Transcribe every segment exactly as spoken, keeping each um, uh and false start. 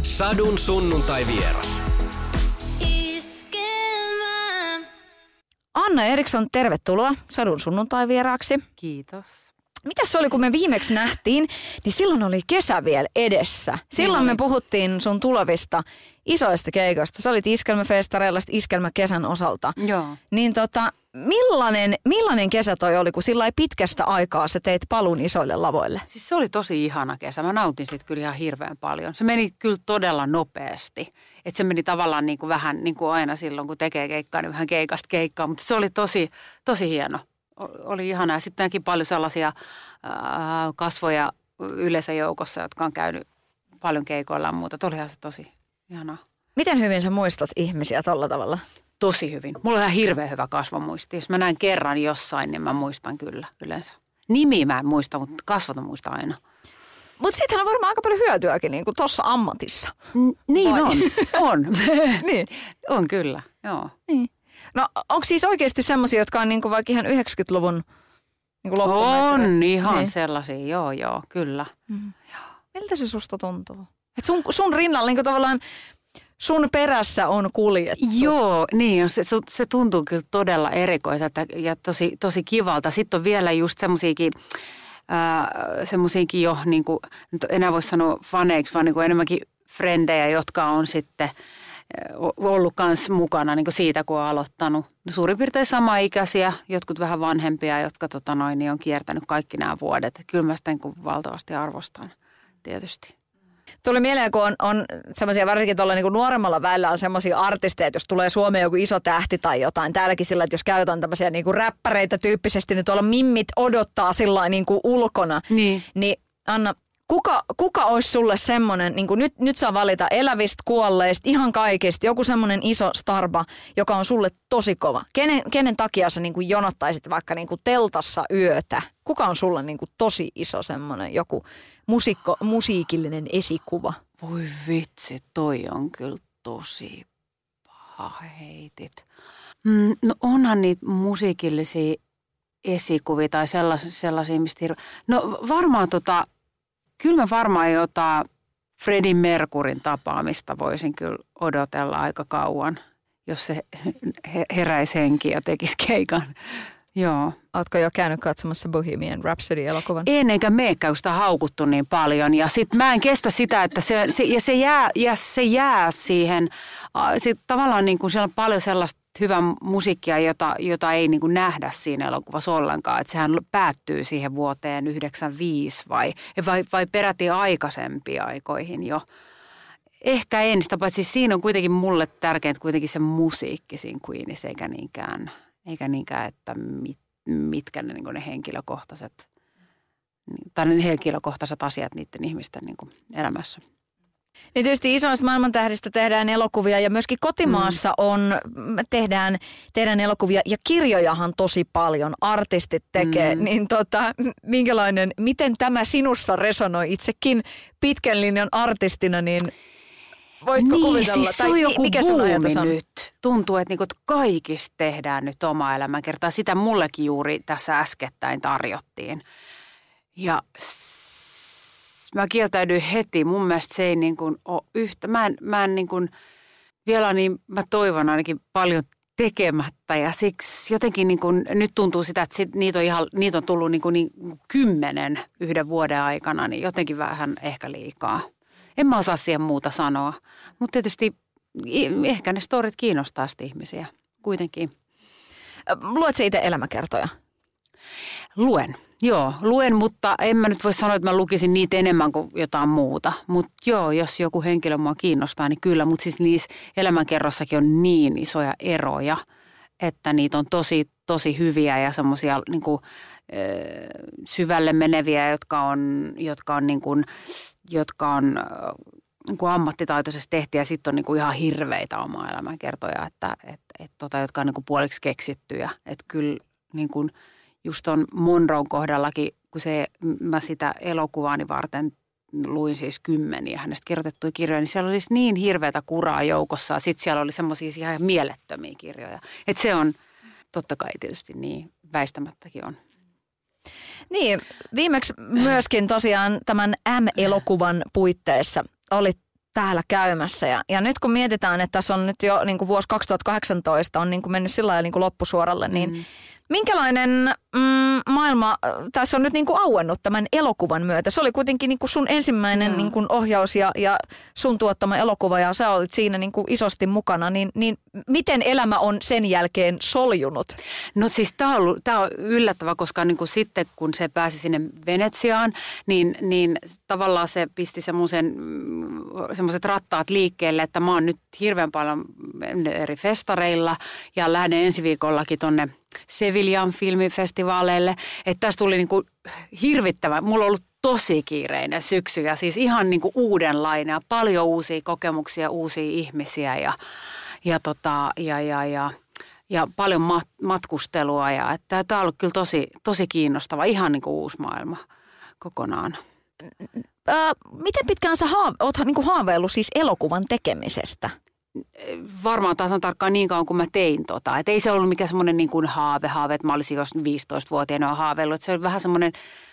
Sadun sunnuntai vieras. Anna Eriksson, tervetuloa Sadun sunnuntai vieraaksi. Kiitos. Mitäs se oli, kun me viimeksi nähtiin, niin silloin oli kesä vielä edessä. Silloin me puhuttiin sun tulevista isoista keikoista. Sä olit iskelmäfestareilla iskelmäkesän osalta. Joo. Niin tota, millainen, millainen kesä toi oli, kun sillä ei pitkästä aikaa sä teit paluun isoille lavoille? Siis se oli tosi ihana kesä. Mä nautin siitä kyllä ihan hirveän paljon. Se meni kyllä todella nopeasti. Että se meni tavallaan niin kuin vähän niin kuin aina silloin, kun tekee keikkaa, niin vähän keikasta keikkaa. Mutta se oli tosi, tosi hieno. Oli ihanaa. Sitten näki paljon sellaisia ää, kasvoja yleisöjoukossa, jotka on käynyt paljon keikoilla ja muuta. Olihan se tosi ihanaa. Miten hyvin sä muistat ihmisiä tolla tavalla? Tosi hyvin. Mulla on ihan hirveän hyvä kasvomuisti. Jos mä näen kerran jossain, niin mä muistan kyllä yleensä. Nimi mä en muista, mutta kasvot mä muistan aina. Mutta siitähän on varmaan aika paljon hyötyäkin niin kuin tuossa ammatissa. N- niin Vai? on. On. Niin. On kyllä, joo. Niin. No onko siis oikeasti semmoisia, jotka on niinku vaikka ihan yhdeksänkymmentäluvun niinku loppumetreillä? On ihan niin. Sellaisia, joo joo, kyllä. Mm. Miltä se susta tuntuu? Et sun, sun rinnalla niinku tavallaan sun perässä on kuljettu. Joo, niin se, se tuntuu kyllä todella erikoiselta ja tosi, tosi kivalta. Sitten on vielä just semmoisiakin, äh, semmoisiakin jo, niin kuin, nyt enää voisi sanoa faneiksi, vaan niin kuin enemmänkin frendejä, jotka on sitten ollut kans mukana niin kuin siitä, kun on aloittanut. Suurin piirtein sama-ikäisiä, jotkut vähän vanhempia, jotka tota noin, niin on kiertänyt kaikki nämä vuodet. Kyllä mä sitä niin kuin valtavasti arvostan tietysti. Tuli mieleen, kun on, on semmoisia, varsinkin tuolla niin nuoremmalla väellä on semmoisia artisteja, että jos tulee Suomeen joku iso tähti tai jotain. Täälläkin sillä, että jos käytetään tämmöisiä niin kuin räppäreitä tyyppisesti, niin tuolla mimmit odottaa sillä niin kuin ulkona. Niin. Niin Anna, kuka, kuka olisi sulle semmoinen, niin kuin nyt, nyt saa valita elävistä, kuolleista, ihan kaikista, joku semmoinen iso starba, joka on sulle tosi kova. Kenen, kenen takia sä niin kuin jonottaisit vaikka niin kuin teltassa yötä? Kuka on sulle niin kuin tosi iso semmoinen joku musiikko, musiikillinen esikuva? Voi vitsi, toi on kyllä tosi paha heitit. Mm, no onhan niitä musiikillisia esikuvia tai sellaisia, sellaisia mistä hirve... No varmaan tota, kyllä mä varmaan jotain Freddie Mercuryn tapaamista voisin kyllä odotella aika kauan, jos se heräisi henki ja tekisi keikan. Joo. Ootko jo käynyt katsomassa Bohemian Rhapsody-elokuvan? En, enkä meekään, kun sitä on haukuttu niin paljon. Ja sit mä en kestä sitä, että se, se, ja se, jää, ja se jää siihen. Sit tavallaan niin kuin siellä on paljon sellaista hyvää musiikkia, jota, jota ei niin kuin nähdä siinä elokuvassa ollenkaan. Että sehän päättyy siihen vuoteen yhdeksänkymmentäviisi vai, vai, vai peräti aikaisempiin aikoihin jo. Ehkä en sitä, paitsi siinä on kuitenkin mulle tärkeintä kuitenkin se musiikki siinä Queenissä, eikä niinkään... Eikä niinkään, että mit, mitkä ne, niin ne henkilökohtaiset, tai ne henkilökohtaiset asiat niiden ihmisten niin kuin elämässä. Niin tietysti isoista maailmantähdistä tehdään elokuvia ja myöskin kotimaassa mm. on, tehdään, tehdään elokuvia ja kirjojahan tosi paljon artistit tekee. Mm. Niin tota, minkälainen, miten tämä sinussa resonoi itsekin pitkän linjan artistina, niin... Voisitko niin, kuvitella? Siis tai se on joku mikä sun ajatus on? Nyt. Tuntuu, että niinku kaikista tehdään nyt oma elämänkertaa. Sitä mullekin juuri tässä äskettäin tarjottiin. Ja s- mä kieltäydyin heti. Mun mielestä se ei niinku ole yhtä. Mä en, mä en niinku, vielä niin, mä toivon ainakin paljon tekemättä. Ja siksi jotenkin niinku, nyt tuntuu sitä, että sit, niitä, on ihan, niitä on tullut niinku, niin, kymmenen yhden vuoden aikana. Niin jotenkin vähän ehkä liikaa. En mä osaa siihen muuta sanoa, mutta tietysti ehkä ne storit kiinnostaa sitä ihmisiä kuitenkin. Luet sä itse elämäkertoja? Luen, joo. Luen, mutta en mä nyt voi sanoa, että mä lukisin niitä enemmän kuin jotain muuta. Mutta joo, jos joku henkilö mua kiinnostaa, niin kyllä. Mutta siis niissä elämänkerrossakin on niin isoja eroja, että niitä on tosi, tosi hyviä ja semmoisia niin kuin syvälle meneviä, jotka on, jotka on niin kuin... jotka on niin kuin ammattitaitoisesti tehty ja sitten on niin kuin ihan hirveitä oma elämänkertoja, että, et, et, tota, jotka on niin kuin puoliksi keksittyjä. Että kyllä niin kuin just on Monroen kohdallakin, kun se, mä sitä elokuvaani varten luin siis kymmeniä hänestä kirjoitettuja kirjoja, niin siellä oli siis niin hirveätä kuraa joukossa. Sitten siellä oli semmoisia ihan mielettömiä kirjoja. Että se on totta kai tietysti niin, väistämättäkin on. Niin, viimeksi myöskin tosiaan tämän M-elokuvan puitteissa olit täällä käymässä. Ja, ja nyt kun mietitään, että tässä on nyt jo niin kuin vuosi kaksituhattakahdeksantoista on niin kuin mennyt sillä lailla niin kuin loppusuoralle, niin mm. minkälainen mm, maailma tässä on nyt niin kuin auennut tämän elokuvan myötä? Se oli kuitenkin niin kuin sun ensimmäinen mm. niin kuin ohjaus ja, ja sun tuottama elokuva ja sä olit siinä niin kuin isosti mukana. Niin, niin miten elämä on sen jälkeen soljunut? No siis tämä on, tää on yllättävä, koska niin kuin sitten kun se pääsi sinne Venetsiaan, niin, niin tavallaan se pisti semmoisen, semmoiset rattaat liikkeelle, että mä oon nyt hirveän paljon eri festareilla ja lähden ensi viikollakin tonne Seviljan filmifestivaaleille. Että tästä tuli niin kuin hirvittävä. Mulla on ollut tosi kiireinen syksy ja siis ihan niin kuin uudenlainen ja paljon uusia kokemuksia, uusia ihmisiä ja, ja, tota, ja, ja, ja, ja paljon mat, matkustelua. Ja, että tämä on ollut kyllä tosi, tosi kiinnostava, ihan niin kuin uusi maailma kokonaan. Ö, miten pitkään sä haave, oot niin kuin haaveillut siis elokuvan tekemisestä? Varmaan taas on tarkkaan niin kauan, kun mä tein tota. Et ei se ollut mikään semmoinen niin kuin haave, haave, että mä olisin jos viisitoistavuotiaana haaveillut. Et se oli vähän semmoinen,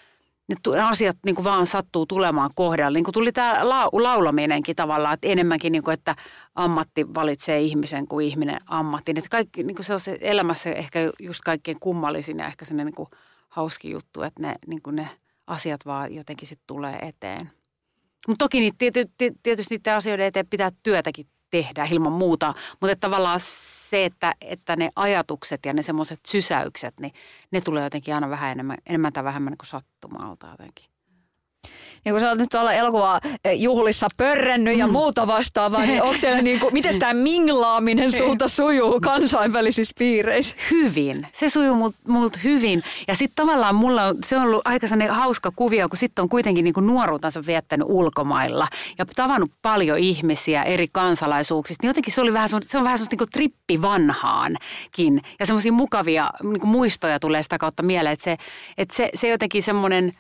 ne asiat niin kuin vaan sattuu tulemaan kohdalle. Niin kuin tuli tämä laulaminenkin tavallaan, että enemmänkin, niin kuin, että ammatti valitsee ihmisen kuin ihminen ammattiin. Että kaikki, niin kuin se on se elämässä ehkä just kaikkein kummallisin ja ehkä semmoinen niin kuin hauski juttu, että ne, niin kuin ne asiat vaan jotenkin sitten tulee eteen. Mutta toki niitä, tietysti niiden asioiden eteen pitää työtäkin tehdä ilman muuta, mutta tavallaan se, että, että ne ajatukset ja ne semmoiset sysäykset, niin ne tulee jotenkin aina vähän enemmän, enemmän tai vähemmän niin kuin sattumalta jotenkin. Niin kun sä oot nyt tuolla elokuvajuhlissa pörrännyt ja muuta vastaavaa, niin onko siellä niin kuin, miten tämä minglaaminen sulta sujuu kansainvälisissä piireissä? Hyvin. Se sujuu mult, multa hyvin. Ja sitten tavallaan mulla on, se on ollut aika sellainen hauska kuvio, kun sitten on kuitenkin niin kuin nuoruutansa viettänyt ulkomailla ja tavannut paljon ihmisiä eri kansalaisuuksista. Niin jotenkin se oli vähän, se on vähän semmoista niin kuin trippi vanhaankin. Ja semmoisia mukavia niin kuin muistoja tulee sitä kautta mieleen, että se, että se, se jotenkin semmoinen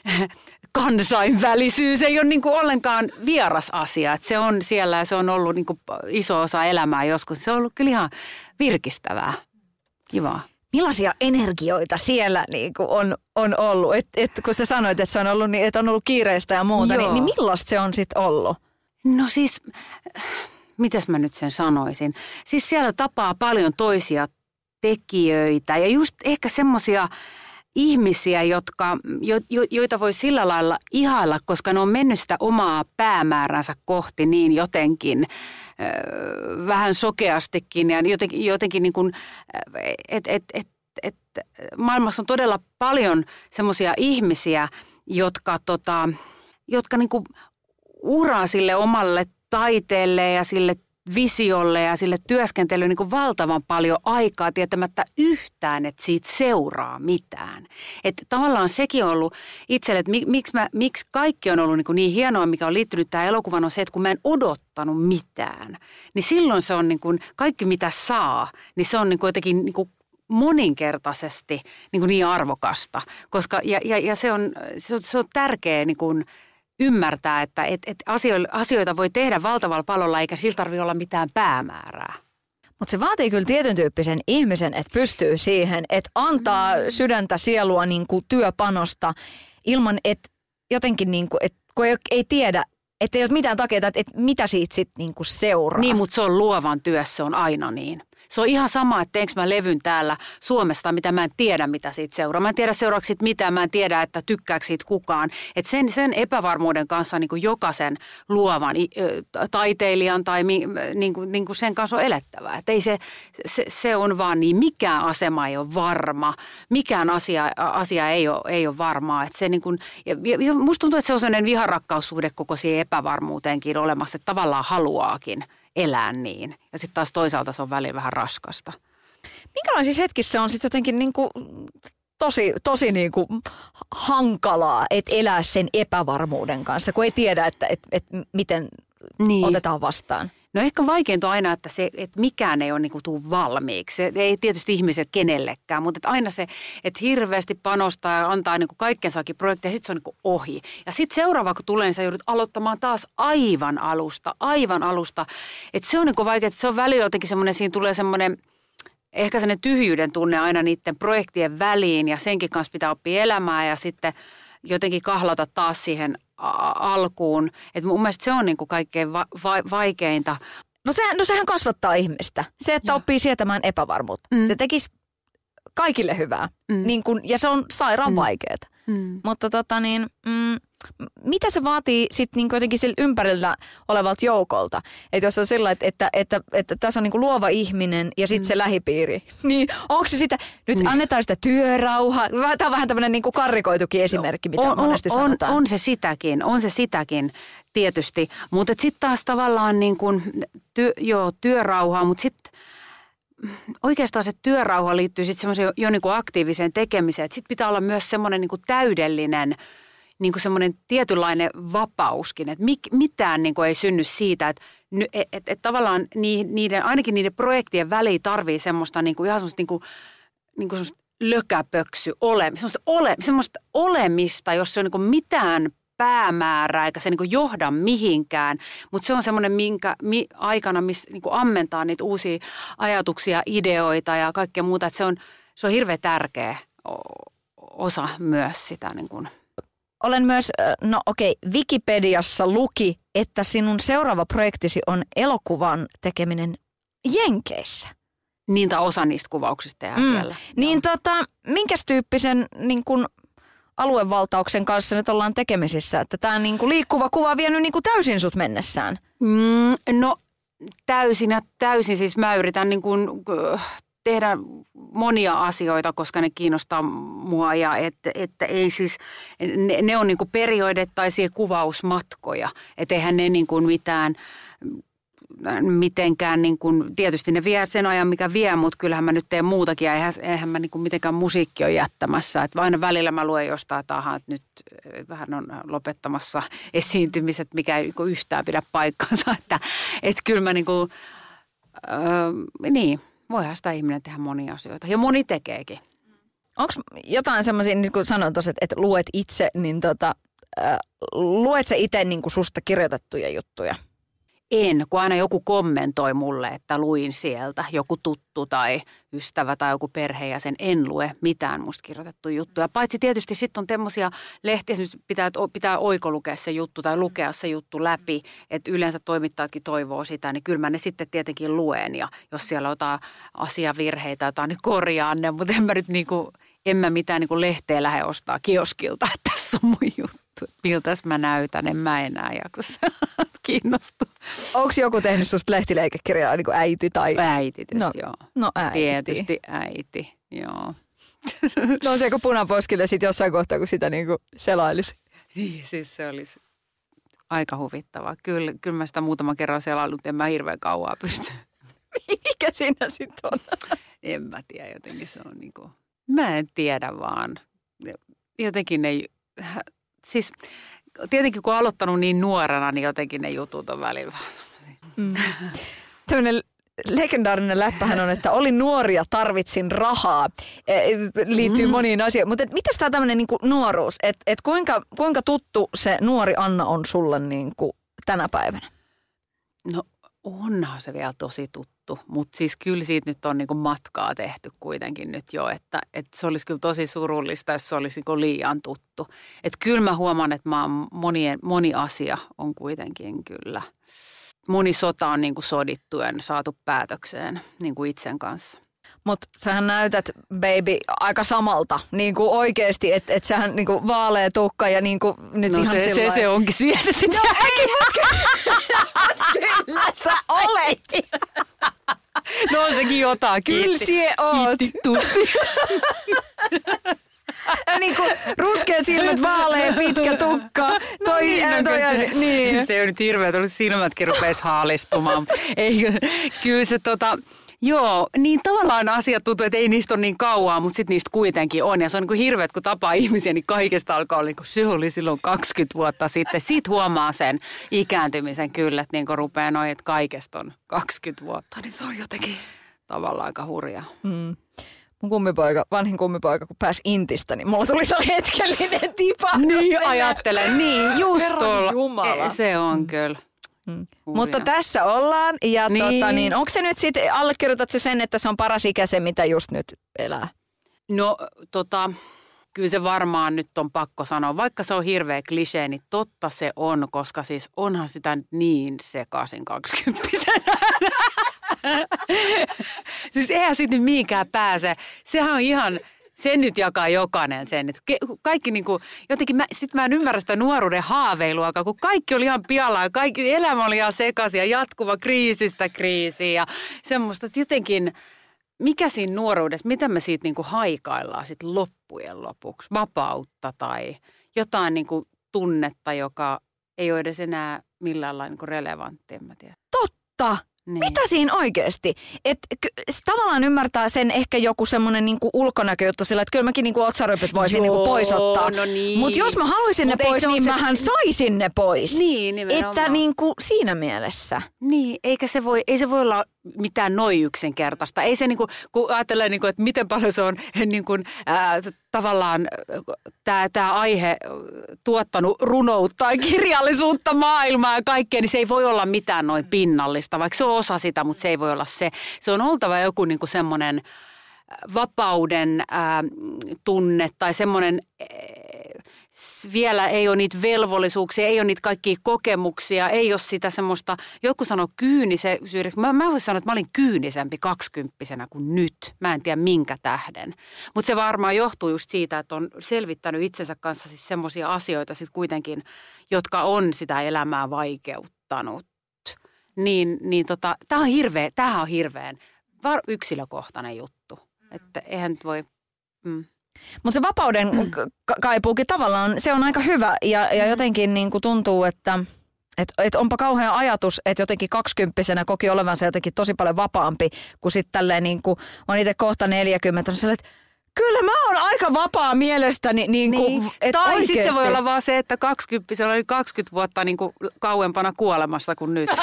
kansainvälisyys ei ole niin kuin ollenkaan vieras asia. Että se on siellä ja se on ollut niin kuin iso osa elämää joskus. Se on ollut kyllä ihan virkistävää. Kivaa. Millaisia energioita siellä niin kuin on, on ollut? Et, et, kun sä sanoit, että se on ollut, niin, että on ollut kiireistä ja muuta, niin, niin millaista se on sitten ollut? No siis, mitäs mä nyt sen sanoisin? Siis siellä tapaa paljon toisia tekijöitä ja just ehkä semmoisia ihmisiä, jotka, jo, jo, joita voi sillä lailla ihailla, koska ne on mennyt sitä omaa päämääränsä kohti niin jotenkin ö, vähän sokeastikin ja jotenkin, jotenkin niin kuin, että et, et, et, maailmassa on todella paljon semmoisia ihmisiä, jotka, tota, jotka niin kuin uraa sille omalle taiteelle ja sille visiolle ja sille työskentelyyn niin kuin valtavan paljon aikaa tietämättä yhtään, että siitä seuraa mitään. Että tavallaan sekin on ollut itselle, että miksi, mä, miksi kaikki on ollut niin, kuin niin hienoa, mikä on liittynyt tähän elokuvaan, on se, että kun mä en odottanut mitään, niin silloin se on niin kuin kaikki mitä saa, niin se on niin kuin jotenkin niin kuin moninkertaisesti niin, kuin niin arvokasta. Koska, ja, ja, ja se on, se on, se on tärkeä niin kuin ymmärtää, että et, et asioita voi tehdä valtavalla palolla eikä sillä tarvitse olla mitään päämäärää. Mutta se vaatii kyllä tietyn tyyppisen ihmisen, että pystyy siihen, että antaa mm. sydäntä, sielua, niin kuin työpanosta ilman, että jotenkin niin kuin, että kun ei, ei tiedä, että ei ole mitään takeita, että, että mitä siitä sitten niin kuin seuraa. Niin, mutta se on luovan työssä, se on aina niin. Se on ihan sama, että teenkö mä levyn täällä Suomesta, mitä mä en tiedä, mitä siitä seuraa. Mä en tiedä seuraavaksi siitä mitään, mä en tiedä, että tykkääkö siitä kukaan. Että sen, sen epävarmuuden kanssa niin kuin jokaisen luovan taiteilijan tai mi, niin kuin, niin kuin sen kanssa on elettävää. Että ei se, se, se on vaan niin, mikään asema ei ole varma, mikään asia, asia ei, ole, ei ole varmaa. Että se niin kuin, ja musta tuntuu, että se on sellainen viharakkaussuhde koko siihen epävarmuuteenkin olemassa, että tavallaan haluaakin elää niin. Ja sitten taas toisaalta se on välillä vähän raskasta. Minkälaisissa hetkissä se on sitten jotenkin niinku tosi, tosi niinku hankalaa, että elää sen epävarmuuden kanssa, kun ei tiedä, että et, et miten niin otetaan vastaan? No ehkä vaikeinta on aina, että, se, että mikään ei ole niin kuin tuu valmiiksi. Se ei tietysti ihmiset kenellekään, mutta että aina se, että hirveästi panostaa ja antaa niin kuin kaikkensakin projekteja ja sitten se on niin kuin ohi. Ja sitten seuraava kun tulee, niin sä joudut aloittamaan taas aivan alusta, aivan alusta. Että se on niin kuin vaikea, että se on välillä jotenkin semmoinen, siinä tulee semmoinen ehkä sellainen tyhjyyden tunne aina niiden projektien väliin ja senkin kanssa pitää oppia elämää ja sitten jotenkin kahlata taas siihen a- alkuun. Et mun mielestä se on niin kuin kaikkein va- va- vaikeinta. No, sehän, no sehän kasvattaa ihmistä. Se, että Joo. oppii sietämään epävarmuutta. Mm. Se tekisi kaikille hyvää. Mm. Niin kun, ja se on sairaan mm. vaikeaa. Mm. Mutta tota niin, mm, mitä se vaatii sitten niin jotenkin sillä ympärillä olevalta joukolta? Että jos on sillä, että, että, että, että tässä on niin luova ihminen ja sitten mm. se lähipiiri. Niin onko se sitä, nyt mm. annetaan sitä työrauhaa. Tämä on vähän tämmöinen niin karrikoitukin esimerkki, mitä on, monesti on, sanotaan. On, on se sitäkin, on se sitäkin tietysti. Mutta sitten taas tavallaan niin kuin, työ, joo, työrauhaa, mutta sitten oikeastaan se työrauha liittyy sitten semmoiseen jo, jo niin kuin aktiiviseen tekemiseen. Sitten pitää olla myös semmoinen niin kuin täydellinen, niin kuin semmoinen tietynlainen vapauskin, että mik, mitään niin kuin ei synny siitä, että et, et, et tavallaan niiden, ainakin niiden projektien väliin tarvii semmoista niin kuin, ihan semmoista, niin kuin, niin kuin semmoista lökäpöksy ole, semmoista, ole, semmoista olemista, jos se on niin kuin mitään päämäärää, eikä se niin kuin johda mihinkään, mutta se on semmoinen minkä mi, aikana, missä niin kuin ammentaa niitä uusia ajatuksia, ideoita ja kaikkea muuta, että se on, se on hirveän tärkeä osa myös sitä niin kuin. Olen myös, no okei, Wikipediassa luki, että sinun seuraava projektisi on elokuvan tekeminen Jenkeissä. Niin, tai osa niistä kuvauksista tehdään mm. siellä. Niin no. tota, minkäs tyyppisen niin kun aluevaltauksen kanssa nyt ollaan tekemisissä, että tämä niin liikkuva kuva on vienyt niin täysin sut mennessään? Mm, no täysin ja täysin, siis mä yritän niin kuin tehdä monia asioita, koska ne kiinnostaa mua ja että, että ei siis, ne, ne on niin kuin perioidettaisia kuvausmatkoja, että eihän ne niin kuin mitään, mitenkään niin kuin, tietysti ne vie sen ajan, mikä vie, mutta kyllähän mä nyt teen muutakin ja eihän, eihän mä niin kuin mitenkään musiikki ole jättämässä, että aina välillä mä luen jostain tahan, että nyt vähän on lopettamassa esiintymiset, mikä ei niin yhtään pidä paikkansa, että, että kyllä mä niin kuin, öö, niin. Voihan sitä ihminen tehdä monia asioita. Ja moni tekeekin. Onko jotain semmoisia, niin kuin sanoin tuossa, että luet itse, niin tota, äh, luet sä itse niin kuin susta kirjoitettuja juttuja? En, kun aina joku kommentoi mulle, että luin sieltä, joku tuttu tai ystävä tai joku perheenjäsen, en lue mitään musta kirjoitettuja juttuja. Paitsi tietysti sitten on tämmöisiä lehtiä, esimerkiksi pitää, pitää oikolukea se juttu tai lukea se juttu läpi, että yleensä toimittajatkin toivoo sitä, niin kyllä mä ne sitten tietenkin luen ja jos siellä on jotain asiavirheitä, jotain, niin korjaan ne, mutta en mä nyt niinku, en mä mitään niinku lehteä lähde ostaa kioskilta, että tässä on mun juttu. Miltäs mä näytän, en mä enää jaksa kiinnostu. Onko joku tehnyt susta lehtileikekirjaa, niin kuin äiti tai? Äiti tietysti, no, joo. No äiti. Tietysti äiti, joo. No se joku punaposkille sitten jossain kohtaa, kun sitä niin kuin selailisi. Niin, siis se olisi aika huvittavaa. Kyllä, kyllä mä sitä muutama kerran selaillut, en mä hirveän kauaa pysty. Mikä siinä sitten on? En mä tiedä, jotenkin se on niin kuin, mä en tiedä vaan. Jotenkin ei. Siis tietenkin kun on aloittanut niin nuorena, niin jotenkin ne jutut on välillä vähän semmoisia. Mm. Tämmöinen legendaarinen läppähän on, että olin nuori ja tarvitsin rahaa. Liittyy mm. moniin asioihin. Mutta mitäs tämä tämmöinen niinku nuoruus? Että et kuinka, kuinka tuttu se nuori Anna on sulle niinku tänä päivänä? No onhan se vielä tosi tuttu, mutta siis kyllä siitä nyt on niinku matkaa tehty kuitenkin nyt jo, että, että se olisi kyllä tosi surullista, jos se olisi niinku liian tuttu. Että kyllä mä huomaan, että mä oon monien, moni asia on kuitenkin kyllä, moni sota on niinku sodittu ja saatu päätökseen niinku itsen kanssa. Mutta sähän näytät, baby, aika samalta, niin kuin oikeasti, että et sähän niin kuin vaalea tukka ja niin kuin nyt no ihan se, sillain. se, se onkin siellä se sitten. No ei, kyllä sä olet. No sekin jotain. Kyllä sie oot. Ja niin kuin ruskeat silmät, vaalea, pitkä tukka. Toi, no niin, ää, toi, no, ja, niin. Se on nyt hirveä, että silmätkin rupeaisi haalistumaan. Ei, kyllä se tota. Joo, niin tavallaan asiat tuntuu, että ei niistä ole niin kauaa, mutta sitten niistä kuitenkin on. Ja se on niin kuin hirveä, kun tapaa ihmisiä, niin kaikesta alkaa olla niin kuin se oli silloin kaksikymmentä vuotta sitten. Sitten huomaa sen ikääntymisen kyllä, että niin kuin rupeaa noin, että kaikesta on kaksikymmentä vuotta. Niin se on jotenkin tavallaan aika hurjaa. Mm. Mun kummipoika, vanhin kummipoika, kun pääsi Intistä, niin mulla tuli sellainen hetkellinen tipa. Niin, ajattelen. Niin, just tuolla. Jumala. Se on kyllä. Mm. Mutta tässä ollaan ja niin. Tota, niin, onko se nyt sitten, allekirjoitat se sen, että se on paras ikä se, mitä just nyt elää? No tota, kyllä se varmaan nyt on pakko sanoa. Vaikka se on hirveä klisee, niin totta se on, koska siis onhan sitä niin sekaisin kaksikymppisenä. Siis eihän sitten mihinkään pääse. Sehän on ihan... Sen nyt jakaa jokainen sen. Että kaikki niin kuin, jotenkin, mä, sit mä en ymmärrä sitä nuoruuden haaveiluakaan, kun kaikki oli ihan pialla ja kaikki, elämä oli ihan sekaisin ja jatkuva kriisistä kriisiin ja semmoista, että jotenkin, mikä siinä nuoruudessa, mitä me siitä niin kuin haikaillaan sit loppujen lopuksi, vapautta tai jotain niin kuin tunnetta, joka ei ole edes enää millään lailla niin kuin relevantti, en mä tiedä. Totta! Niin. Mitä siinä oikeasti? Että tavallaan ymmärtää sen ehkä joku semmoinen niinku ulkonäköjuttu sillä, että kyllä mäkin niinku otsarypyt voisin niinku pois ottaa. No niin. Mutta jos mä haluaisin Mut ne pois, niin se... mähän saisin ne pois. Niin, nimenomaan. Että niinku siinä mielessä. Niin, eikä se voi, ei se voi olla mitään noin yksinkertaista. Ei se niinku, kun ajatellaan niinku, että miten paljon se on niinku, ää, tavallaan tämä tää aihe tuottanut runoutta ja kirjallisuutta maailmaa ja kaikkea, niin se ei voi olla mitään noin pinnallista, vaikka se on osa sitä, mutta se ei voi olla se. Se on oltava joku niinku semmoinen vapauden ää, tunne tai semmoinen, vielä ei ole niitä velvollisuuksia, ei ole niitä kaikkia kokemuksia, ei ole sitä semmoista, joku sanoo kyynisyydeksi. Mä, mä voisin sanoa, että mä olin kyynisempi kaksikymppisenä kuin nyt. Mä en tiedä minkä tähden. Mutta se varmaan johtuu just siitä, että on selvittänyt itsensä kanssa siis semmoisia asioita sit kuitenkin, jotka on sitä elämää vaikeuttanut. Niin, niin tota, tää on hirveä, tämähän on hirveän var, yksilökohtainen juttu. Että eihän nyt voi... Mm. Mutta se vapauden ka- kaipuukin tavallaan, se on aika hyvä ja, ja jotenkin niin kuin tuntuu, että et, et onpa kauhea ajatus, että jotenkin kaksikymppisenä koki olevansa jotenkin tosi paljon vapaampi kuin sitten tälleen niin kuin on itse kohta neljäkymmentä. Että kyllä mä oon aika vapaa mielestäni. Niin kuin, niin. Et tai sitten se voi olla vaan se, että kaksikymppisellä oli kaksikymmentä vuotta niin kuin kauempana kuolemasta kuin nyt.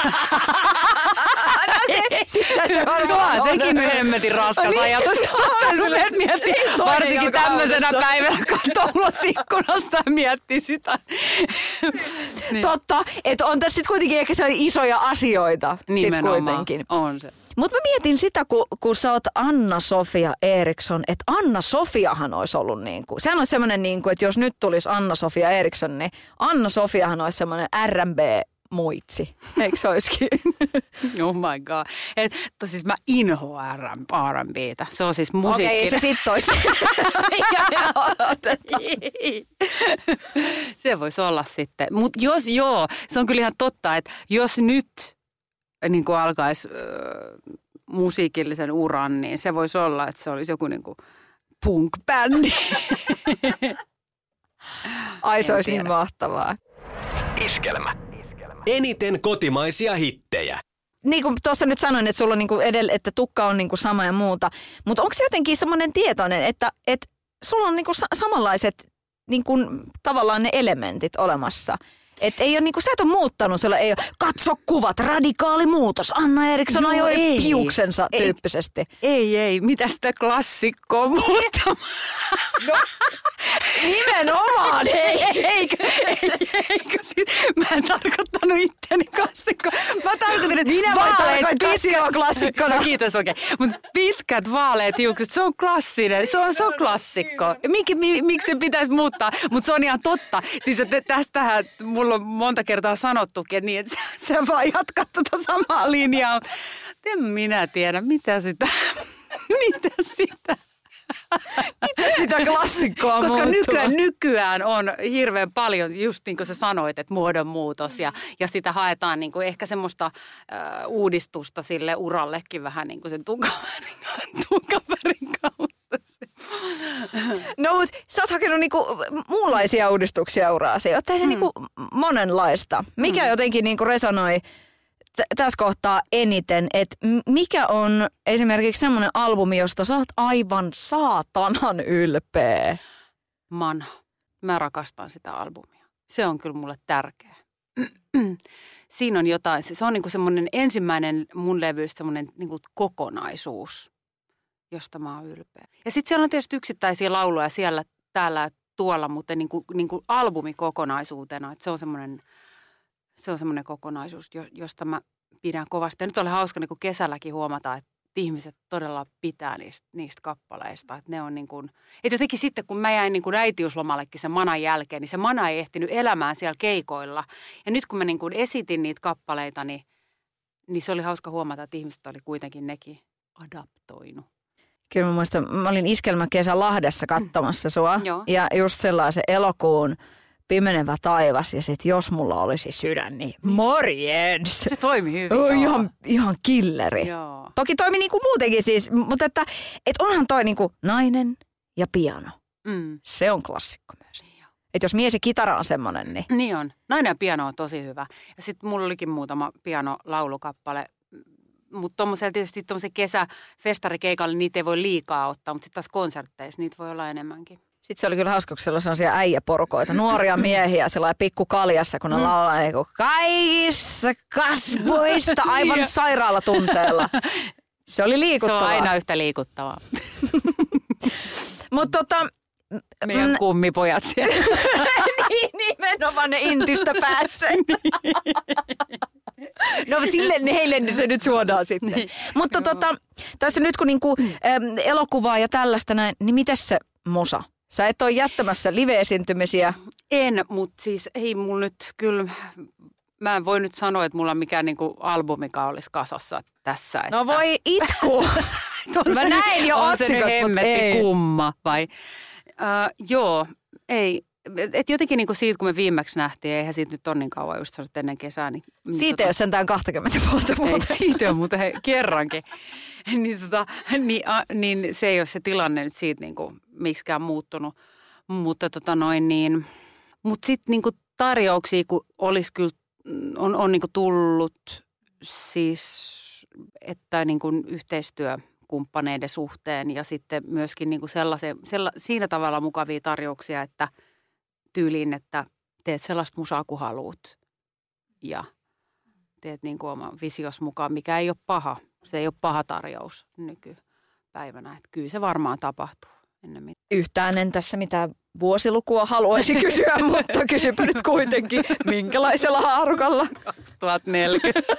Sitten se on sekin nyt hemmetin raskas ajatus. Varsinkin tämmöisenä päivänä katsoo ulos ikkunasta ja miettii sitä. Niin. Totta, että on tässä sitten kuitenkin ehkä isoja asioita. Nimenomaan, kuitenkin. On se. Mutta mä mietin sitä, kun, kun sä oot Anna-Sofia Eriksson, että Anna-Sofiahan olisi ollut niin kuin, sehän olisi semmoinen niin kuin, että jos nyt tulisi Anna-Sofia Eriksson, niin Anna-Sofiahan olisi semmoinen R and B-muitsi, eikö se olisikin? Oh my god. Et, siis mä inhoan R and B:tä. Se on siis musiikki. Okei, okay, se sitten olisi. Se voisi olla sitten. Mutta jos joo, se on kyllä ihan totta, että jos nyt niin kuin alkaisi äh, musiikillisen uran, niin se voisi olla, että se olisi joku niin kuin punk-bändi. Ai se olisi niin mahtavaa. Iskelmä. Eniten kotimaisia hittejä. Niin kuin tuossa nyt sanoin, että sulla on niin kuin edellä, että tukka on niin kuin sama ja muuta. Mutta onko se jotenkin semmoinen tietoinen, että, että sulla on niin kuin samanlaiset niin kuin, tavallaan ne elementit olemassa? Että ei ole niinku, sä et ole muuttanut, sulla ei ole, katso kuvat, radikaali muutos, Anna Eriksson ajoi piuksensa ei, tyyppisesti. Ei, ei, mitä sitä klassikkoa muuttamaan? No, nimenomaan, ei. Eikö, eikö sit, mä en tarkoittanut itseäni klassikkoa. Mä tarkoitin, että minä vaaleet pitkät klassikkona. No, kiitos, okei. Okay. Mutta pitkät vaaleet hiukset, se on klassinen, se on, se on klassikko. Mik, mi, miksi se pitäisi muuttaa? Mutta se on ihan totta. Siis että tästähän mulla on monta kertaa sanottukin, että, niin, että sä, sä vaan jatkat tota samaa linjaa. En minä tiedä, mitä sitä, mitä sitä. Mitä sitä klassikkoa Koska nykyään, nykyään on hirveän paljon, just niin kuin sä sanoit, että muodonmuutos ja, ja sitä haetaan niin kuin ehkä semmoista äh, uudistusta sille urallekin vähän niin kuin sen tukavärin kautta. No, mutta sä oot hakenut niinku muunlaisia uudistuksia uraasi. Oot tehnyt mm. niinku monenlaista. Mikä mm. jotenkin niinku resonoi t- tässä kohtaa eniten, että mikä on esimerkiksi semmoinen albumi, josta sä oot aivan saatanan ylpeä? Man, mä rakastan sitä albumia. Se on kyllä mulle tärkeä. Siinä on jotain, se on niinku semmoinen ensimmäinen mun levyistä semmoinen niinku kokonaisuus, josta mä oon ylpeä. Ja sitten siellä on tietysti yksittäisiä lauluja siellä, täällä, tuolla, mutta niin kuin, niin kuin albumi kokonaisuutena. Että se on semmoinen, se on semmoinen kokonaisuus, josta mä pidän kovasti. Ja nyt oli hauska niin kuin kesälläkin huomata, että ihmiset todella pitää niistä, niistä kappaleista. Että ne on niin kuin, että jotenkin sitten kun mä jäin niin kuin äitiyslomallekin sen Manan jälkeen, niin se Mana ei ehtinyt elämään siellä keikoilla. Ja nyt kun mä niin kuin esitin niitä kappaleita, niin, niin se oli hauska huomata, että ihmiset oli kuitenkin nekin adaptoinut. Kyllä mä muistan, mä olin iskelmäkesä Lahdessa katsomassa sua. Joo. Ja just sellaisen elokuun pimenevä taivas ja sit jos mulla olisi sydän, niin morjens! Se toimi hyvin. Oh, ihan, ihan killeri. Joo. Toki toimi niinku muutenkin siis, mutta että et onhan toi niinku nainen ja piano. Mm. Se on klassikko myös. Että jos mies ja kitara on semmonen, niin... Niin on. Nainen ja piano on tosi hyvä. Ja sitten mulla olikin muutama pianolaulukappale. Mutta tuommoisella tietysti tuommoisen kesäfestarikeikalla niitä ei voi liikaa ottaa, mutta sitten taas konsertteissa niitä voi olla enemmänkin. Sitten se oli kyllä hauska, kun siellä on sellaisia äijäporukoita, nuoria miehiä sellainen pikku kaljassa, kun ne mm. laulaa niin kuin kaikissa kasvoista aivan sairaalatunteella. Se oli liikuttavaa. Se on aina yhtä liikuttavaa. Mutta tota... Meidän kummipojat siellä. Niin, nimenomaan ne intistä päässä. No sille heille se nyt suodaan sitten. Niin. Mutta tota, tässä nyt kun niinku, äm, elokuvaa ja tällaista näin, niin mites se musa? Sä et ole jättämässä live-esiintymisiä. En, mutta siis ei mulla nyt kyllä, mä en voi nyt sanoa, että mulla on mikään niinku albumikaan olisi kasassa tässä. Että... No voi itku. Mä näin jo on otsikot, se hemmetti ei. kumma vai? Uh, joo, ei. Et jotenkin niinku siitä, kun me viimeksi nähtiin, eihän siitä nyt ole niin kauan just sanoa ennen kesää. Niin, siitä tota, ei ole sentään kaksikymmentä vuotta muuta. Ei, siitä on, mutta hei, kerrankin. niin, tota, niin, a, niin se ei ole se tilanne nyt siitä niinku miksikään muuttunut. Mutta tota noin niin, mut sitten niinku tarjouksia, kun olisi kyllä, on, on niinku tullut siis, että niinku yhteistyö kumppaneiden suhteen ja sitten myöskin niin kuin sellaisen, sella, siinä tavalla mukavia tarjouksia, että tyyliin, että teet sellaista musaa kuin haluut ja teet niin kuin oman visios mukaan, mikä ei ole paha. Se ei ole paha tarjous nykypäivänä, että kyllä se varmaan tapahtuu ennemmin. Yhtään en tässä mitään vuosilukua haluaisi kysyä, mutta kysypä nyt kuitenkin, minkälaisella haarukalla? kaksituhattaneljäkymmentä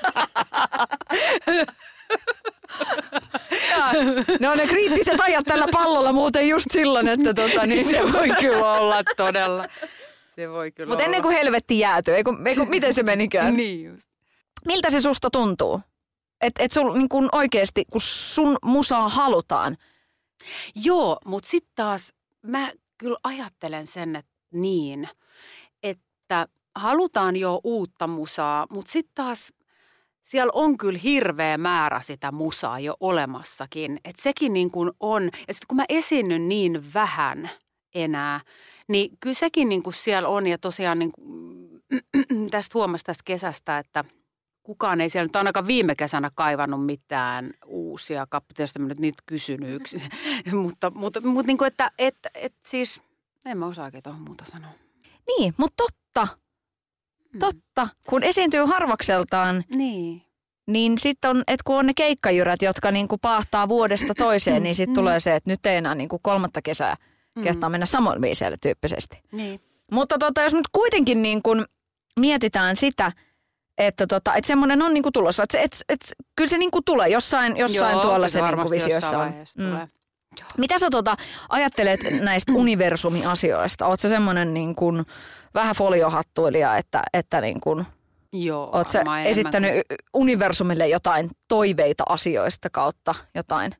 Ne on ne kriittiset ajat tällä pallolla muuten just silloin, että tota, niin se voi kyllä olla todella. Se voi kyllä Mutta olla. ennen kuin helvetti jäätyy, eikö, eikö, miten se menikään? Niin just. Miltä se susta tuntuu? Että et sul niin kun oikeasti, kun sun musaa halutaan. Joo, mutta sitten taas mä kyllä ajattelen sen, että niin, että halutaan jo uutta musaa, mutta sitten taas siellä on kyllä hirveä määrä sitä musaa jo olemassakin. Että sekin niin kuin on, ja sitten kun mä esiinnyn niin vähän enää, niin kyllä sekin niin kuin siellä on. Ja tosiaan niin kuin, tästä huomasi tästä kesästä, että kukaan ei siellä nyt ainakaan viime kesänä kaivannut mitään uusia kappaleita, joista mä nyt niitä kysynyt yksi. mutta mutta, mutta niin kuin, että et, et siis, en mä osaa oikein tuohon muuta sanoa. Niin, mutta totta. Totta. Kun esiintyy harvakseltaan, niin, niin sitten on, että kun on ne keikkajyrät, jotka niinku paahtaa vuodesta toiseen, niin sitten tulee se, että nyt ei enää niinku kolmatta kesää kehtaa mennä samoin biiseille tyyppisesti. niin. Mutta tota, jos nyt kuitenkin niin kun mietitään sitä, että tota, et semmoinen on niinku tulossa, että et, et, kyllä se niinku tulee jossain, jossain Joo, tuolla se se niinku varmasti visioissa on. jossain vaiheessa tulee. Mitä sä tota, ajattelet näistä universumiasioista? Oot sä semmoinen niin kuin vähän foliohattuilija, että, että niin kuin, Joo, oot sä esittänyt kuin universumille jotain toiveita asioista kautta jotain?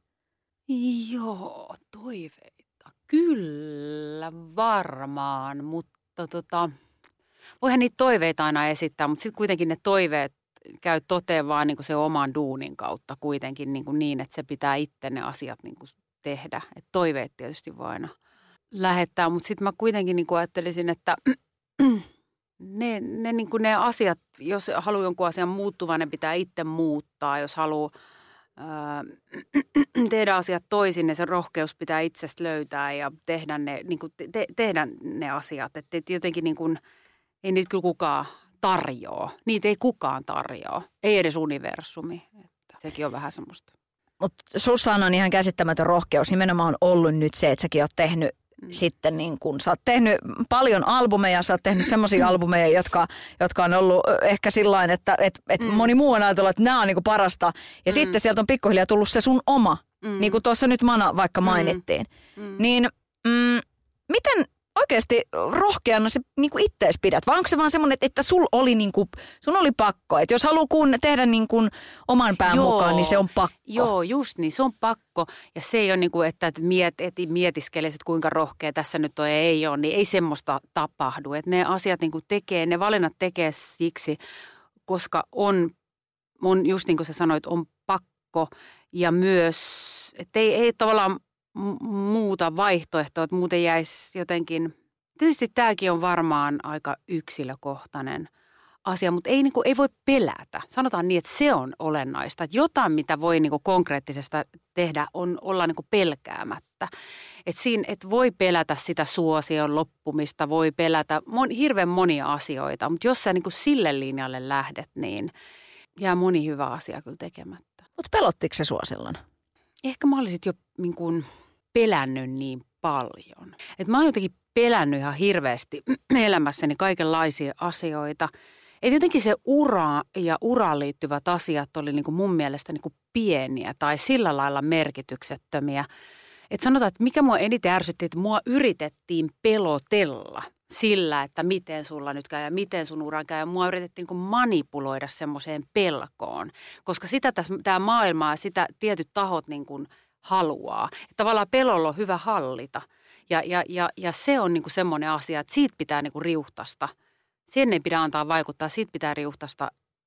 Joo, toiveita. Kyllä, varmaan, mutta tota, voihan niitä toiveita aina esittää, mutta sitten kuitenkin ne toiveet käy toteen vaan niin kuin se oman duunin kautta kuitenkin niin, kuin niin, että se pitää itse ne asiat niin kuin tehdä. Et toiveet tietysti voi aina lähettää, mutta sitten mä kuitenkin niin kuin ajattelisin, että ne, ne, niin kuin ne asiat, jos haluaa jonkun asian muuttuvan, ne pitää itse muuttaa. Jos haluaa ää, tehdä asiat toisin, niin se rohkeus pitää itsestä löytää ja tehdä ne, niin kuin te, tehdä ne asiat. Että et jotenkin niin kuin, ei niitä kyllä kukaan tarjoa. Niitä ei kukaan tarjoa. Ei edes universumi. Että sekin on vähän semmoista. Mutta sussa on ihan käsittämätön rohkeus. Nimenomaan on ollut nyt se, että säkin oot tehnyt mm. sitten niin kun sä oot tehnyt paljon albumeja, sä oot tehnyt semmoisia albumeja, jotka, jotka on ollut ehkä sillain, että et, et mm. moni muu on ajatellut, että nämä on niin kuin parasta. Ja mm. sitten sieltä on pikkuhiljaa tullut se sun oma, mm. niin kuin tuossa nyt Mana vaikka mainittiin. Mm. Mm. Niin mm, miten oikeasti rohkeana se niinku ittees pidät? Vai onko se vaan semmoinen, että, että sul oli niinku, sun oli pakko? Että jos haluaa kun tehdä niinku oman pään joo, mukaan, niin se on pakko. Joo, just niin. Se on pakko. Ja se ei ole niin kuin, että miet, et mietiskelisi, että kuinka rohkea tässä nyt on ja ei ole. Niin ei semmoista tapahdu. Että ne asiat niinku tekee, ne valinnat tekee siksi, koska on, on just niin kuin sä sanoit, on pakko. Ja myös, että ei, ei tavallaan muuta vaihtoehtoa, että muuten jäisi jotenkin, tietysti tämäkin on varmaan aika yksilökohtainen asia, mutta ei, niin kuin, ei voi pelätä. Sanotaan niin, että se on olennaista. Että jotain, mitä voi niin kuin konkreettisesta tehdä, on olla niin kuin pelkäämättä. Että siinä, että voi pelätä sitä suosion loppumista, voi pelätä mon, hirveän monia asioita, mutta jos sä niin kuin sille linjalle lähdet, niin jää moni hyvä asia kyllä tekemättä. Mutta pelottiko se sua silloin? Ehkä mä olisin jo niin kuin pelännyt niin paljon. Et mä oon jotenkin pelännyt ihan hirveästi elämässäni kaikenlaisia asioita. Et jotenkin se ura ja uraan liittyvät asiat oli niin kuin mun mielestä niin kuin pieniä tai sillä lailla merkityksettömiä. Et sanotaan, että mikä mua eniten ärsytti, että mua yritettiin pelotella sillä, että miten sulla nyt käy ja miten sun uran käy. Ja mua yritettiin niin manipuloida semmoiseen pelkoon, koska sitä tämä maailma ja sitä tietyt tahot niin kuin haluaa. Että tavallaan pelolla on hyvä hallita ja, ja, ja, ja se on niin kuin semmoinen asia, että siitä pitää niin kuin riuhtasta. Sen ei pidä antaa vaikuttaa, siitä pitää riuhtasta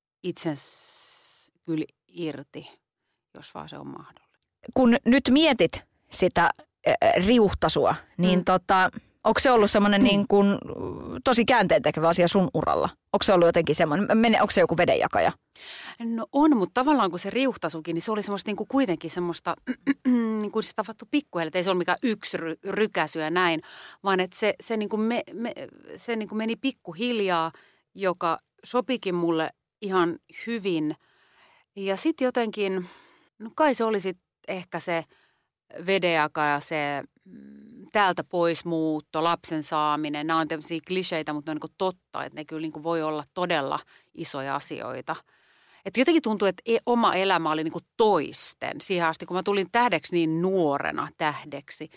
itsensä kyllä irti, jos vaan se on mahdollista. Kun nyt mietit sitä riuhtasua, niin mm. tota, onko se ollut semmoinen mm. niin kuin tosi käänteentekevä asia sun uralla? Onko se ollut jotenkin semmoinen, onko se joku vedenjakaja? No on, mutta tavallaan kun se riuhtasukin, niin se oli semmoista niin kuin kuitenkin semmoista, niin kuin se tapahtui pikkuhiljaa, että ei se ole mikään yksi ry, rykäsy ja näin, vaan että se, se, niin kuin me, me, se niin kuin meni pikkuhiljaa, joka sopikin mulle ihan hyvin. Ja sitten jotenkin, no kai se oli sitten ehkä se vedenjakaja, se täältä pois muutto, lapsen saaminen. Nämä on tämmöisiä kliseitä, mutta ne on niin kuin totta, että ne kyllä niin kuin voi olla todella isoja asioita. Että jotenkin tuntuu, että oma elämä oli niin kuin toisten siihen asti, kun mä tulin tähdeksi niin nuorena tähdeksi.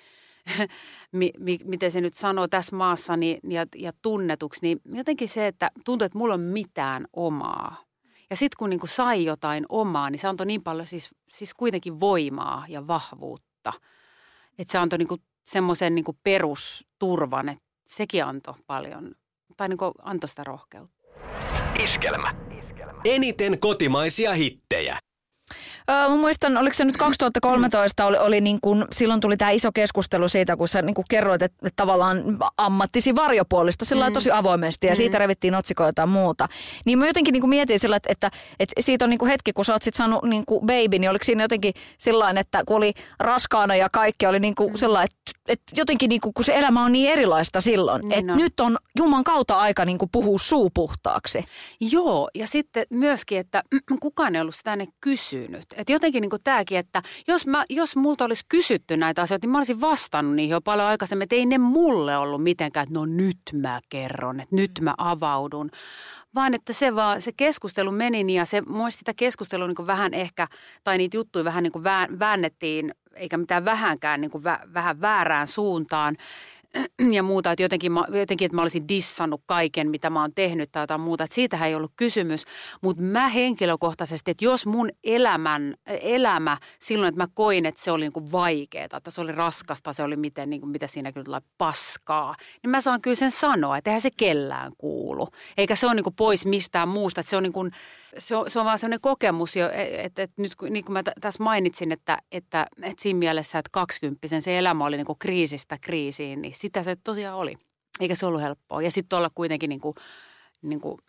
Miten se nyt sanoo tässä maassa niin, ja, ja tunnetuksi, niin jotenkin se, että tuntuu, että mulla on mitään omaa. Ja sitten kun niin kuin sai jotain omaa, niin se antoi niin paljon siis, siis kuitenkin voimaa ja vahvuutta. Että se antoi niin kuin semmoisen niin kuin perusturvan, että sekin antoi paljon, tai niin kuin antoi sitä rohkeutta. Iskelmä. Eniten kotimaisia hittejä. Öö, mä muistan, oliko se nyt kaksituhattakolmetoista, oli, oli niin kuin, silloin tuli tämä iso keskustelu siitä, kun sä niin kuin kerroit, että, että tavallaan ammattisi varjopuolista sillä mm. tosi avoimesti ja mm. siitä revittiin otsikoita ja muuta. Niin mä jotenkin niin kuin mietin sillä, että, että, että siitä on niin kuin hetki, kun sä oot sit saanut niin kuin baby, niin oliko siinä jotenkin sillain, että kun oli raskaana ja kaikki oli niin kuin sellainen, että, että jotenkin niin kuin, kun se elämä on niin erilaista silloin, niin että no. nyt on Juman kautta aika niin kuin puhua suu puhtaaksi. Joo, ja sitten myöskin, että kukaan ei ollut sitä ennen kysynyt. Että jotenkin niin kuin tämäkin, että jos, mä, jos multa olisi kysytty näitä asioita, niin mä olisin vastannut niihin jo paljon aikaisemmin. Että ei ne mulle ollut mitenkään, että no nyt mä kerron, että nyt mä avaudun. Vaan että se, vaan, se keskustelu meni niin ja se, muista sitä keskustelua niin kuin vähän ehkä, tai niitä juttuja vähän niin kuin väännettiin, eikä mitään vähänkään niin kuin vä, vähän väärään suuntaan. Ja muuta, että jotenkin, jotenkin, että mä olisin dissannut kaiken, mitä mä oon tehnyt tai jotain muuta. Että siitähän ei ollut kysymys, mutta mä henkilökohtaisesti, että jos mun elämän, elämä silloin, että mä koin, että se oli niin kuin vaikeaa, että se oli raskasta, se oli miten, niin kuin, mitä siinä kyllä tulee paskaa, niin mä saan kyllä sen sanoa, että eihän se kellään kuulu. Eikä se ole niin kuin pois mistään muusta, että se on, niin kuin, se on, se on vaan sellainen kokemus, jo, että, että nyt niin kuin mä tässä mainitsin, että, että, että siinä mielessä, että kaksikymppisen se elämä oli niin kuin kriisistä kriisiin, niin sitä se tosiaan oli. Eikä se ollut helppoa. Ja sitten olla kuitenkin niin kuin, niin kuin,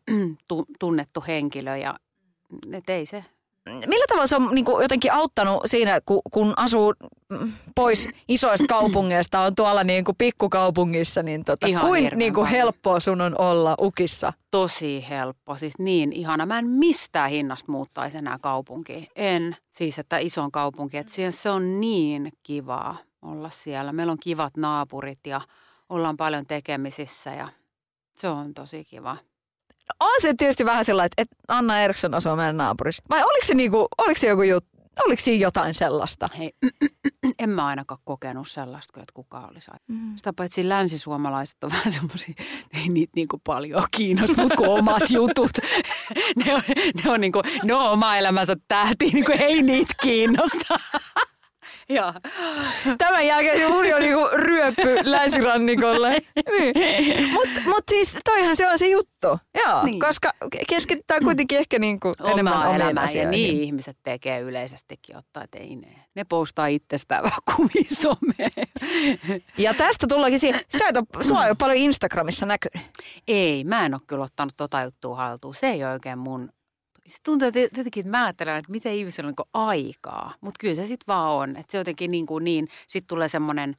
tunnettu henkilö ja et ei se. Millä tavalla se on niin kuin jotenkin auttanut siinä, kun, kun asuu pois isoista kaupungeista, on tuolla niin kuin pikkukaupungissa, niin tota, kuin, niin kuin helppoa sun on olla ukissa? Tosi helppo, siis niin ihana. Mä en mistään hinnasta muuttaisi enää kaupunkiin. En, siis että ison kaupunki, että se on niin kivaa. olla siellä. Meillä on kivat naapurit ja ollaan paljon tekemisissä ja se on tosi kiva. On se tietysti vähän sellainen, että, että Anna Eriksson asuu meidän naapurissa. Vai oliko se, niinku, oliko se joku juttu? Oliko siinä jotain sellaista? Hei, en mä ainakaan kokenut sellaista, että kukaan olisi. Mm. Sitä paitsi länsisuomalaiset on vähän semmoisia, ei niitä niinku paljon kiinnosta, mutta kuin omat jutut. ne on, ne on, niinku, ne on oma elämänsä tähti, niinku, ei niitä kiinnosta. Ja. Tämän jälkeen Juri on niinku ryöppy länsirannikolle. Mutta mut siis toihan se on se juttu. Joo, niin. Koska keskittää kuitenkin ehkä niinku enemmän omiin asioihin. Ja niin ihmiset tekee yleisestikin ottaa, että ei ne. Ne postaa itsestään vähän kuvisomeen. Ja tästä tullaankin siihen. Sä et ole, sua ei ole paljon Instagramissa näkynyt. Ei, mä en ole kyllä ottanut tota juttua haltuun. Se ei ole oikein mun... Se tuntuu että jotenkin, että mä ajattelen, että miten ihmisellä on niin aikaa. Mutta kyllä se sitten vaan on. Että se jotenkin niin kuin niin, sitten tulee semmoinen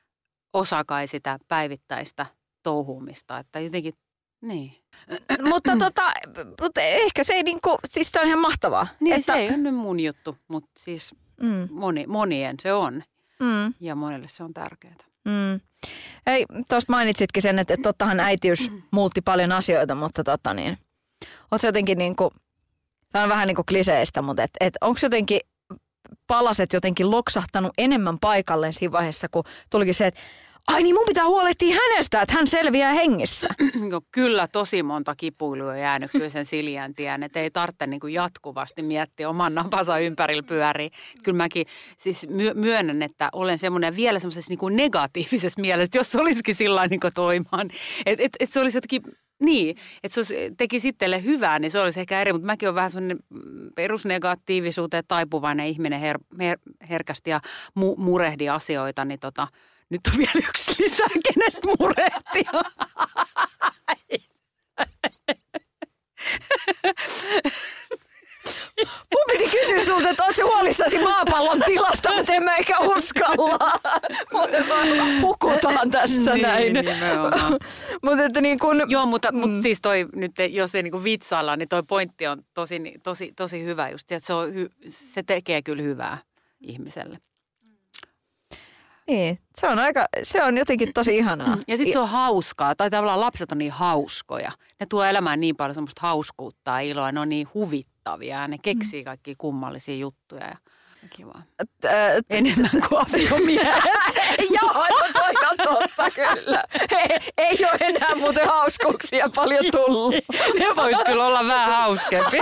osa kai sitä päivittäistä touhuumista. Että jotenkin, niin. mutta, tota, mutta ehkä se ei niin kuin, siis se on ihan mahtavaa. Niin että... se ei ole nyt mun juttu, mutta siis mm. moni, monien se on. Mm. Ja monelle se on tärkeää. Mm. Ei, tuossa mainitsitkin sen, että, että tottahan äitiys muutti paljon asioita, mutta tota niin, oot se jotenkin niin kuin... Tämä on vähän niin kuin kliseistä, mutta et, et onko jotenkin palaset jotenkin loksahtanut enemmän paikalleen siinä vaiheessa, kun tulikin se, että ai niin mun pitää huolehtia hänestä, että hän selviää hengissä. No, kyllä tosi monta kipuilua on jäänyt kyllä sen Siljän tien, että ei tarvitse niin kuin jatkuvasti miettiä oman napansa ympärillä pyöriä. Kyllä mäkin siis myönnän, että olen semmoinen vielä semmoisessa niin kuin negatiivisessa mielessä, jos olisikin sillä niin kuin toimimaan, että et, et se olisi jotenkin... Niin, että se olisi, tekisi itselle hyvää, niin se olisi ehkä eri, mutta mäkin olen vähän sellainen perusnegatiivisuuteen taipuvainen ihminen her, her, herkästi ja mu, murehdi asioita, niin tota, nyt on vielä yksi lisää, kenestä murehtia. Mun piti kysyä sulta, että ootko huolissasi maapallon tilasta, mutta en mä eikä uskalla. Muuten vaan hukutaan tässä niin, näin. Mutta että niin kun... Joo, mutta, mm. mutta siis toi nyt, jos ei niin kuin vitsailla, niin toi pointti on tosi, tosi, tosi hyvä just. Että se, on, se tekee kyllä hyvää ihmiselle. Niin, se on aika, se on jotenkin tosi ihanaa. Ja sitten se on hauskaa, tai tavallaan lapset on niin hauskoja. Ne tuo elämään niin paljon semmoista hauskuutta ja iloa, ne on niin huvittavia ja ne keksii kaikkia kummallisia juttuja ja se on kivaa. Enemmän kuin aviomiehet. Joo, toi on totta kyllä. Ei, ei ole enää muuten hauskuuksia paljon tullut. Ne vois kyllä olla vähän hauskempi.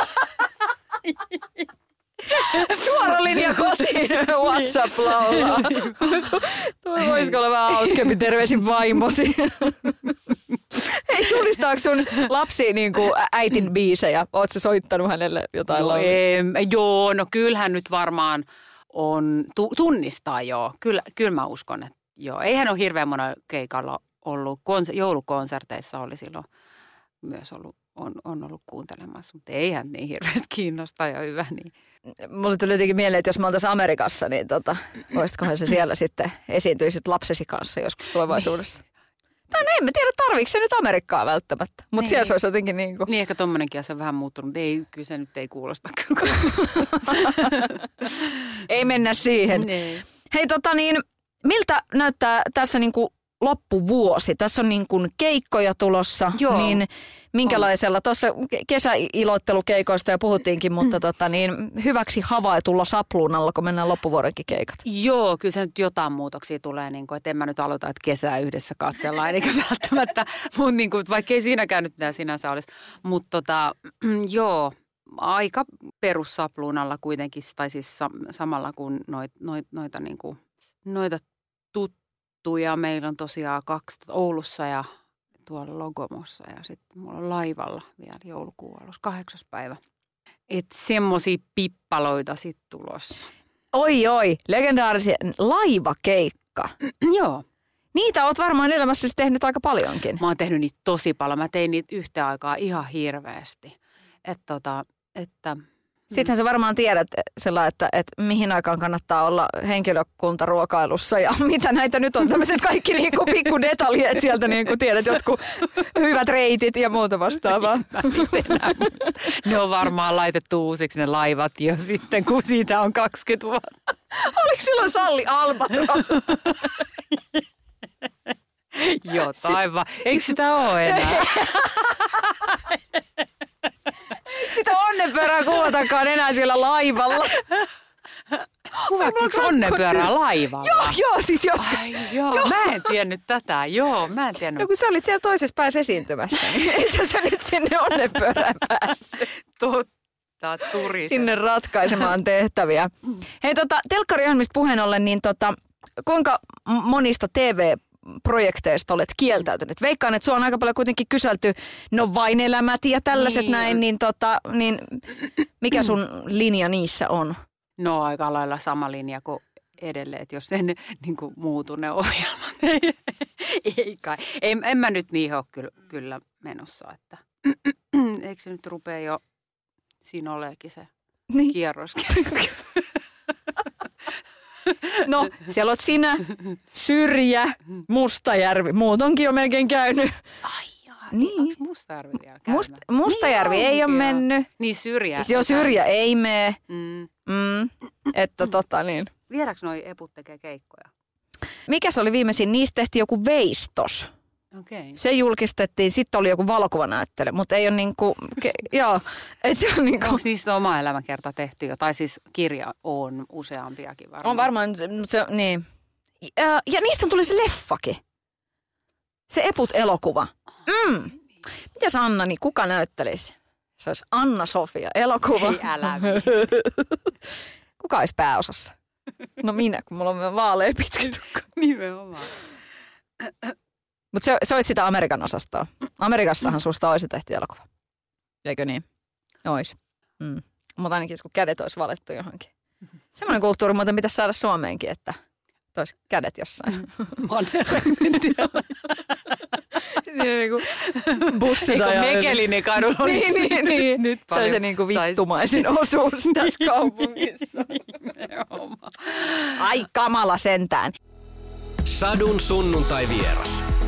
Suora linja kotiin, WhatsApp laulaa. Tuo voisiko olla vähän hauskempi, terveisin vaimosi. Hei, tunnistaako sun lapsi niin kuin äitin biisejä? Ootko soittanut hänelle jotain no, laulua? Joo, no kyllähän nyt varmaan on, tu, tunnistaa joo. Kyllä, kyllä mä uskon, että joo. Eihän ole hirveän monella keikalla ollut, konser, joulukonserteissa oli silloin myös ollut. On, on ollut kuuntelemassa, mutta eihän niin hirveästi kiinnosta ja hyvä. Niin. Mulle tuli jotenkin mieleen, että jos me oltaisiin Amerikassa, niin tota, voisitkohan se siellä sitten esiintyisit lapsesi kanssa joskus tulevaisuudessa. Tai no en mä tiedä, tarviiko se nyt Amerikkaa välttämättä, mutta niin. Siellä se olisi jotenkin niin kuin... Niin ehkä tommonenkin asia on vähän muuttunut, mutta ei, kyllä se nyt ei kuulosta kyllä. Ei mennä siihen. Niin. Hei tota niin, miltä näyttää tässä niin kuin loppuvuosi? Tässä on niin kuin keikkoja tulossa, Joo. Niin minkälaisella, tuossa kesäiloittelukeikoista jo puhuttiinkin, mutta tota niin, hyväksi havaitulla sapluunalla, kun mennään loppuvuodenkin keikat. Joo, kyllä se nyt jotain muutoksia tulee, niin kuin, että en mä nyt aloita, että kesää yhdessä katsellaan, eikä välttämättä, mutta niin kuin, vaikka ei siinäkään nyt mitään sinänsä olisi. Mutta tota, joo, aika perussapluunalla kuitenkin, tai siis samalla kuin noit, noit, noita, niin kuin, noita tuttuja. Meillä on tosiaan kaksi Oulussa ja tuolla Logomossa ja sitten mulla on laivalla vielä joulukuun alussa kahdeksas päivä. Että semmosia pippaloita sitten tulossa. Oi oi, legendaarisia laivakeikka. Joo. Niitä oot varmaan elämässäsi tehnyt aika paljonkin. Mä oon tehnyt niitä tosi paljon. Mä tein niitä yhtä aikaa ihan hirveästi. Että tota, että... Sittenhän sä varmaan tiedät sillä, että, että mihin aikaan kannattaa olla henkilökuntaruokailussa ja mitä näitä nyt on. Tämmöiset kaikki niin kuin pikku detaljeet sieltä, niin kuin tiedät, jotkut hyvät reitit ja muuta vastaavaa. Ne on varmaan laitettu uusiksi ne laivat jo sitten, kun siitä on kaksikymmentä vuotta. Oliko silloin Salli Albatros? Jotain vaan. Eikö sitä ole enää? Sitä onnenpyörää kuvatakaan enää siellä laivalla. Kuvattiinko onnenpyörää laivalla? Joo, joo, siis joskus. Ai joo, joo, mä en tiennyt tätä. Joo, mä en tiennyt. No kun sä olit siellä toisessa päässä esiintymässä, niin et sä nyt sinne onnenpyörään päässyt. Totta, turisen. Sinne ratkaisemaan tehtäviä. Hei, tota, telkkariohjelmista puheen ollen, niin tota, kuinka monista T V-projekteista olet kieltäytynyt? Veikkaan, että sua on aika paljon kuitenkin kyselty, no vain elämät ja tällaiset niin. näin, niin, tota, niin mikä sun linja niissä on? No aika lailla sama linja kuin edelleen, että jos sen niin kuin muutu ne ohjelmat. Ei, ei kai. Ei, en mä nyt niihin ole kyllä, kyllä menossa, että eikö se nyt rupea jo, siinä oleekin se niin. kierros. No, siellä oot sinä, Syrjä, Mustajärvi. Muutonkin on melkein käynyt. Ai jaa, niin. Onko Mustajärvi vielä käynyt? Must, Mustajärvi niin ei ole mennyt. Niin Syrjä. Joo, Syrjä ei mene. Mm. Mm. Että tota niin. Viedäänkö noi eput tekee keikkoja? Mikä se oli viimeisin? Niistä tehtiin joku veistos. Okei. Okay. Se julkistettiin, sitten oli joku valokuvanäyttely, mutta ei ole niinku, ke, joo, ei se ole niinku. Onko niistä oma elämäkerta tehty jo? Tai siis kirja on useampiakin varmaan. On varmaan, mutta se, niin. Ja, ja niistä tuli se leffakin. Se Eput-elokuva. Mm. Mitäs Anna, niin kuka näyttelisi? Se olisi Anna-Sofia elokuva. Ei älä. Kuka olisi pääosassa? No minä, kun mulla on vaalea pitkä tukka. Nimenomaan. Mutta se, se olisi sitä Amerikan osastoa. Amerikassahan susta olisi tehty elokuva. Eikö niin? Ois. Mm. Mutta ainakin kun kädet olisi valettu johonkin. Semmoinen kulttuuri muuten pitäisi saada Suomeenkin, että tois kädet jossain. Mannerheimitiellä. Niin kuin bussit ajaa. Eikö Mekelinin kadulla olisi? Niin, niin, niin. Nyt se on se niin kuin vittumaisin osuus tässä kaupungissa. Ai kamala sentään. Sadun sunnuntai vieras.